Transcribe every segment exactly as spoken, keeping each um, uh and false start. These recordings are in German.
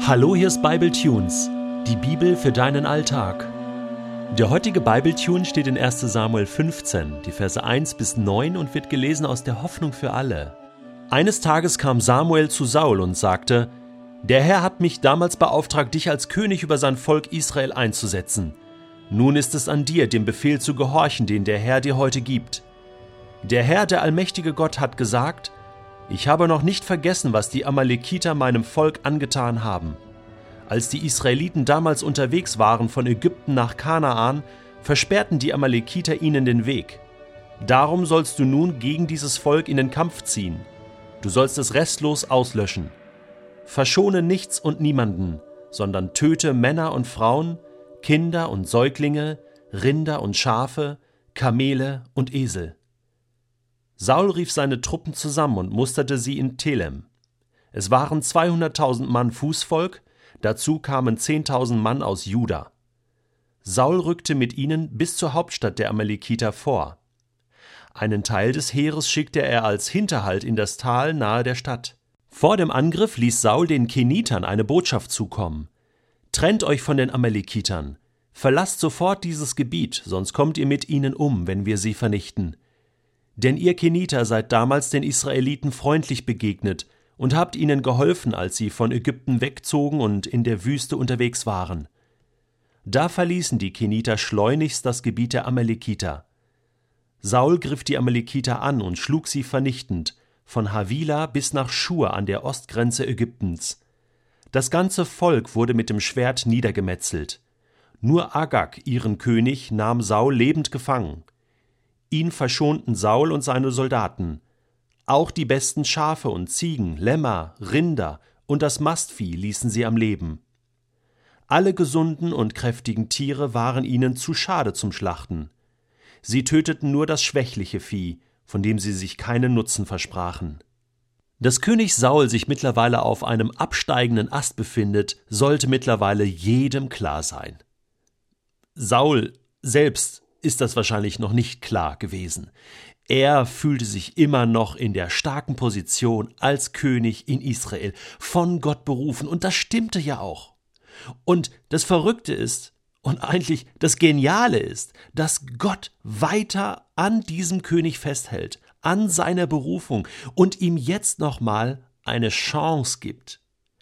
Hallo, hier ist Bible Tunes, die Bibel für deinen Alltag. Der heutige Bible Tune steht in erster Samuel fünfzehn, die Verse eins bis neun und wird gelesen aus der Hoffnung für alle. Eines Tages kam Samuel zu Saul und sagte: Der Herr hat mich damals beauftragt, dich als König über sein Volk Israel einzusetzen. Nun ist es an dir, dem Befehl zu gehorchen, den der Herr dir heute gibt. Der Herr, der allmächtige Gott, hat gesagt: Ich habe noch nicht vergessen, was die Amalekiter meinem Volk angetan haben. Als die Israeliten damals unterwegs waren von Ägypten nach Kanaan, versperrten die Amalekiter ihnen den Weg. Darum sollst du nun gegen dieses Volk in den Kampf ziehen. Du sollst es restlos auslöschen. Verschone nichts und niemanden, sondern töte Männer und Frauen, Kinder und Säuglinge, Rinder und Schafe, Kamele und Esel. Saul rief seine Truppen zusammen und musterte sie in Telem. Es waren zweihunderttausend Mann Fußvolk, dazu kamen zehntausend Mann aus Juda. Saul rückte mit ihnen bis zur Hauptstadt der Amalekiter vor. Einen Teil des Heeres schickte er als Hinterhalt in das Tal nahe der Stadt. Vor dem Angriff ließ Saul den Kenitern eine Botschaft zukommen: Trennt euch von den Amalekitern, verlasst sofort dieses Gebiet, sonst kommt ihr mit ihnen um, wenn wir sie vernichten. Denn ihr Keniter seid damals den Israeliten freundlich begegnet und habt ihnen geholfen, als sie von Ägypten wegzogen und in der Wüste unterwegs waren. Da verließen die Keniter schleunigst das Gebiet der Amalekiter. Saul griff die Amalekiter an und schlug sie vernichtend, von Havila bis nach Schur an der Ostgrenze Ägyptens. Das ganze Volk wurde mit dem Schwert niedergemetzelt. Nur Agag, ihren König, nahm Saul lebend gefangen. Ihn verschonten Saul und seine Soldaten. Auch die besten Schafe und Ziegen, Lämmer, Rinder und das Mastvieh ließen sie am Leben. Alle gesunden und kräftigen Tiere waren ihnen zu schade zum Schlachten. Sie töteten nur das schwächliche Vieh, von dem sie sich keinen Nutzen versprachen. Dass König Saul sich mittlerweile auf einem absteigenden Ast befindet, sollte mittlerweile jedem klar sein. Saul selbst ist das wahrscheinlich noch nicht klar gewesen. Er fühlte sich immer noch in der starken Position als König in Israel, von Gott berufen, und das stimmte ja auch. Und das Verrückte ist, und eigentlich das Geniale ist, dass Gott weiter an diesem König festhält, an seiner Berufung und ihm jetzt nochmal eine Chance gibt.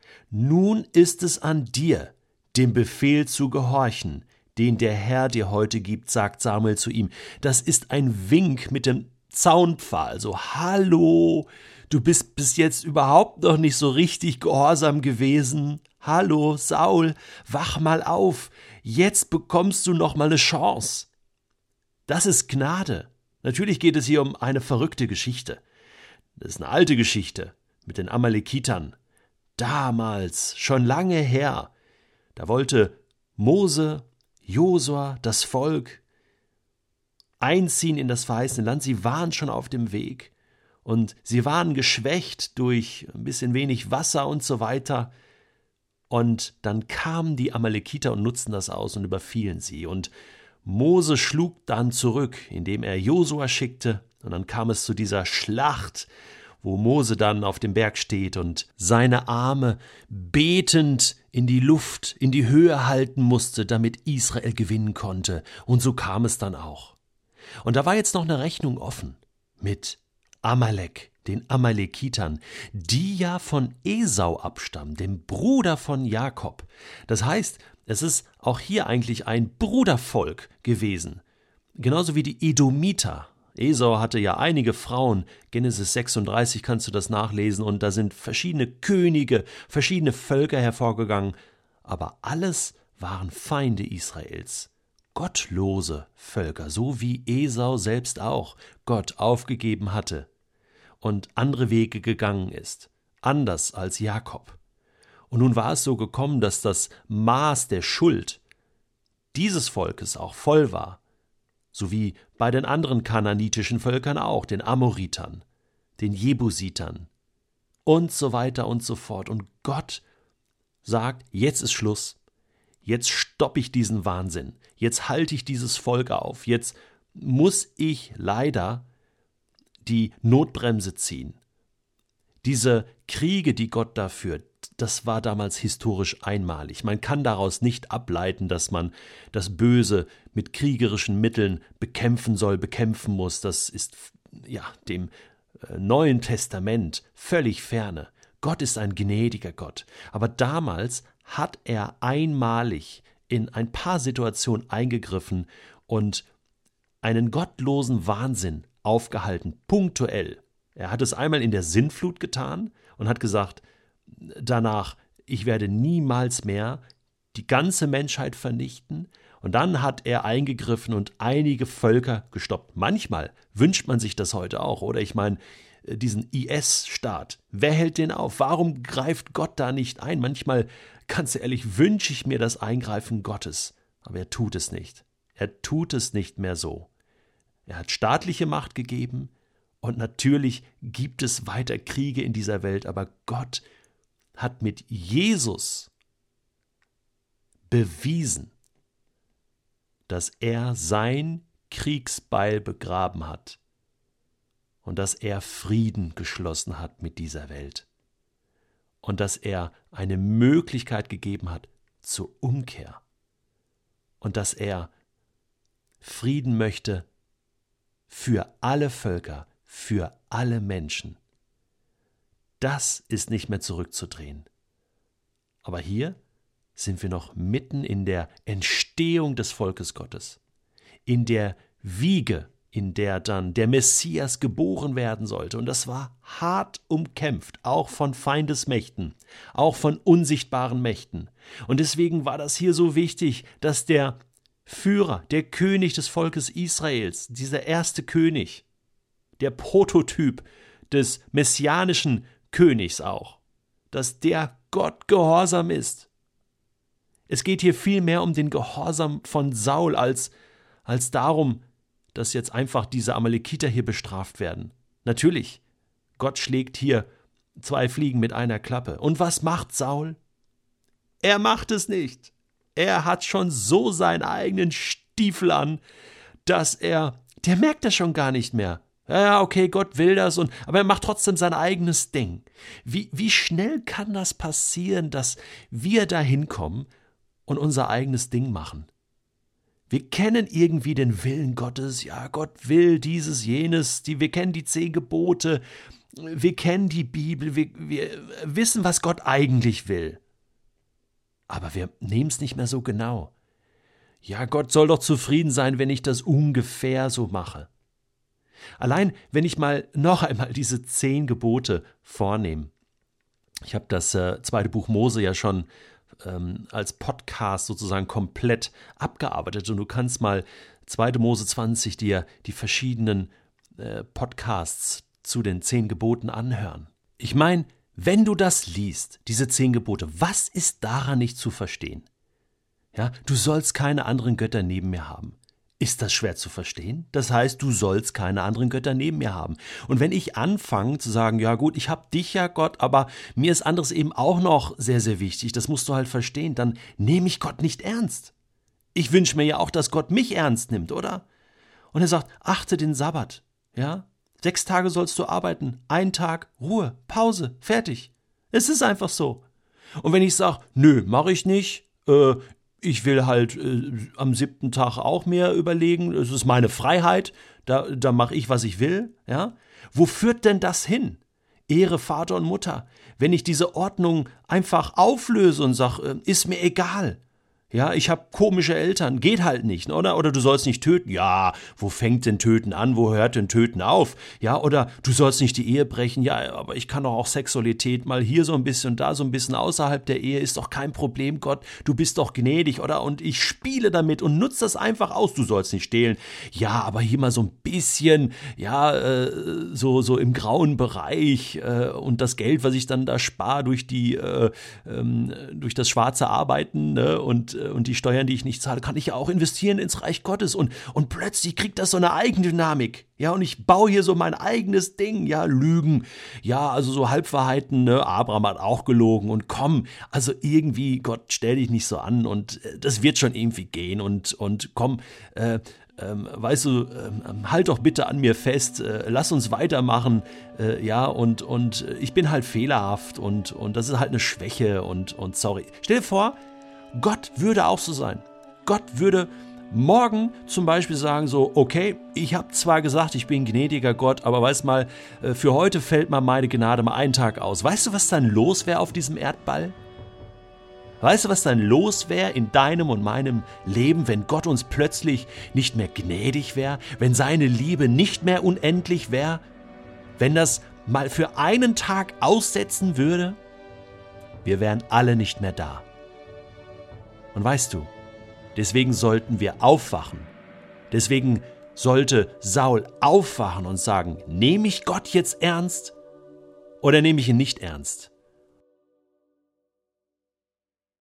Nun ist es an dir, dem Befehl zu gehorchen, den der Herr dir heute gibt, sagt Samuel zu ihm. Das ist ein Wink mit dem Zaunpfahl. So, hallo, du bist bis jetzt überhaupt noch nicht so richtig gehorsam gewesen. Hallo, Saul, wach mal auf. Jetzt bekommst du noch mal eine Chance. Das ist Gnade. Natürlich geht es hier um eine verrückte Geschichte. Das ist eine alte Geschichte mit den Amalekitern. Damals, schon lange her, da wollte Mose, Josua, das Volk, einziehen in das verheißene Land. Sie waren schon auf dem Weg und sie waren geschwächt durch ein bisschen wenig Wasser und so weiter. Und dann kamen die Amalekiter und nutzten das aus und überfielen sie. Und Mose schlug dann zurück, indem er Josua schickte. Und dann kam es zu dieser Schlacht, wo Mose dann auf dem Berg steht und seine Arme betend in die Luft, in die Höhe halten musste, damit Israel gewinnen konnte. Und so kam es dann auch. Und da war jetzt noch eine Rechnung offen mit Amalek, den Amalekitern, die ja von Esau abstammen, dem Bruder von Jakob. Das heißt, es ist auch hier eigentlich ein Brudervolk gewesen, genauso wie die Edomiter. Esau hatte ja einige Frauen, Genesis sechsunddreißig kannst du das nachlesen, und da sind verschiedene Könige, verschiedene Völker hervorgegangen, aber alles waren Feinde Israels, gottlose Völker, so wie Esau selbst auch Gott aufgegeben hatte und andere Wege gegangen ist, anders als Jakob. Und nun war es so gekommen, dass das Maß der Schuld dieses Volkes auch voll war, so wie bei den anderen kanaanitischen Völkern auch, den Amoritern, den Jebusitern und so weiter und so fort. Und Gott sagt, jetzt ist Schluss, jetzt stoppe ich diesen Wahnsinn, jetzt halte ich dieses Volk auf, jetzt muss ich leider die Notbremse ziehen. Diese Kriege, die Gott da führt, das war damals historisch einmalig. Man kann daraus nicht ableiten, dass man das Böse mit kriegerischen Mitteln bekämpfen soll, bekämpfen muss. Das ist ja dem äh, Neuen Testament völlig ferne. Gott ist ein gnädiger Gott. Aber damals hat er einmalig in ein paar Situationen eingegriffen und einen gottlosen Wahnsinn aufgehalten, punktuell. Er hat es einmal in der Sintflut getan und hat gesagt, danach, ich werde niemals mehr die ganze Menschheit vernichten. Und dann hat er eingegriffen und einige Völker gestoppt. Manchmal wünscht man sich das heute auch. Oder ich meine, diesen I S-Staat, wer hält den auf? Warum greift Gott da nicht ein? Manchmal, ganz ehrlich, wünsche ich mir das Eingreifen Gottes. Aber er tut es nicht. Er tut es nicht mehr so. Er hat staatliche Macht gegeben und natürlich gibt es weiter Kriege in dieser Welt, aber Gott hat mit Jesus bewiesen, dass er sein Kriegsbeil begraben hat und dass er Frieden geschlossen hat mit dieser Welt und dass er eine Möglichkeit gegeben hat zur Umkehr und dass er Frieden möchte für alle Völker, für alle Menschen. Das ist nicht mehr zurückzudrehen. Aber hier sind wir noch mitten in der Entstehung des Volkes Gottes, in der Wiege, in der dann der Messias geboren werden sollte. Und das war hart umkämpft, auch von Feindesmächten, auch von unsichtbaren Mächten. Und deswegen war das hier so wichtig, dass der Führer, der König des Volkes Israels, dieser erste König, der Prototyp des messianischen Königs auch, dass der Gott gehorsam ist. Es geht hier viel mehr um den Gehorsam von Saul als, als darum, dass jetzt einfach diese Amalekiter hier bestraft werden. Natürlich, Gott schlägt hier zwei Fliegen mit einer Klappe. Und was macht Saul? Er macht es nicht. Er hat schon so seinen eigenen Stiefel an, dass er, der merkt das schon gar nicht mehr. Ja, okay, Gott will das, und, aber er macht trotzdem sein eigenes Ding. Wie, wie schnell kann das passieren, dass wir da hinkommen und unser eigenes Ding machen? Wir kennen irgendwie den Willen Gottes, ja, Gott will dieses, jenes, die, wir kennen die zehn Gebote, wir kennen die Bibel, wir, wir wissen, was Gott eigentlich will. Aber wir nehmen es nicht mehr so genau. Ja, Gott soll doch zufrieden sein, wenn ich das ungefähr so mache. Allein, wenn ich mal noch einmal diese zehn Gebote vornehme. Ich habe das äh, zweite Buch Mose ja schon ähm, als Podcast sozusagen komplett abgearbeitet. Und du kannst mal zweite Mose zwanzig dir die verschiedenen äh, Podcasts zu den zehn Geboten anhören. Ich meine, wenn du das liest, diese zehn Gebote, was ist daran nicht zu verstehen? Ja, du sollst keine anderen Götter neben mir haben. Ist das schwer zu verstehen? Das heißt, du sollst keine anderen Götter neben mir haben. Und wenn ich anfange zu sagen, ja gut, ich habe dich ja Gott, aber mir ist anderes eben auch noch sehr, sehr wichtig, das musst du halt verstehen, dann nehme ich Gott nicht ernst. Ich wünsche mir ja auch, dass Gott mich ernst nimmt, oder? Und er sagt, achte den Sabbat, ja? Sechs Tage sollst du arbeiten, ein Tag Ruhe, Pause, fertig. Es ist einfach so. Und wenn ich sage, nö, mache ich nicht, äh, ich will halt äh, am siebten Tag auch mehr überlegen, es ist meine Freiheit, da, da mache ich, was ich will, ja? Wo führt denn das hin? Ehre Vater und Mutter. Wenn ich diese Ordnung einfach auflöse und sage, äh, ist mir egal. Ja, ich habe komische Eltern, geht halt nicht, oder? Oder du sollst nicht töten. Ja, wo fängt denn Töten an? Wo hört denn Töten auf? Ja, oder du sollst nicht die Ehe brechen. Ja, aber ich kann doch auch Sexualität mal hier so ein bisschen und da so ein bisschen außerhalb der Ehe. Ist doch kein Problem, Gott. Du bist doch gnädig, oder? Und ich spiele damit und nutze das einfach aus. Du sollst nicht stehlen. Ja, aber hier mal so ein bisschen, ja, äh, so, so im grauen Bereich äh, und das Geld, was ich dann da spare durch die, äh, ähm, durch das schwarze Arbeiten, ne? und und die Steuern, die ich nicht zahle, kann ich ja auch investieren ins Reich Gottes, und, und plötzlich kriegt das so eine Eigendynamik, ja, und ich baue hier so mein eigenes Ding, ja, Lügen, ja, also so Halbwahrheiten, ne, Abraham hat auch gelogen, und komm, also irgendwie, Gott, stell dich nicht so an, und äh, das wird schon irgendwie gehen, und, und komm, äh, ähm, weißt du, ähm, halt doch bitte an mir fest, äh, lass uns weitermachen, äh, ja, und, und ich bin halt fehlerhaft und, und das ist halt eine Schwäche und, und sorry. Stell dir vor, Gott würde auch so sein. Gott würde morgen zum Beispiel sagen so, okay, ich habe zwar gesagt, ich bin gnädiger Gott, aber weißt mal, äh, für heute fällt mal meine Gnade mal einen Tag aus. Weißt du, was dann los wäre auf diesem Erdball? Weißt du, was dann los wäre in deinem und meinem Leben, wenn Gott uns plötzlich nicht mehr gnädig wäre, wenn seine Liebe nicht mehr unendlich wäre, wenn das mal für einen Tag aussetzen würde? Wir wären alle nicht mehr da. Und weißt du, deswegen sollten wir aufwachen. Deswegen sollte Saul aufwachen und sagen, nehme ich Gott jetzt ernst oder nehme ich ihn nicht ernst?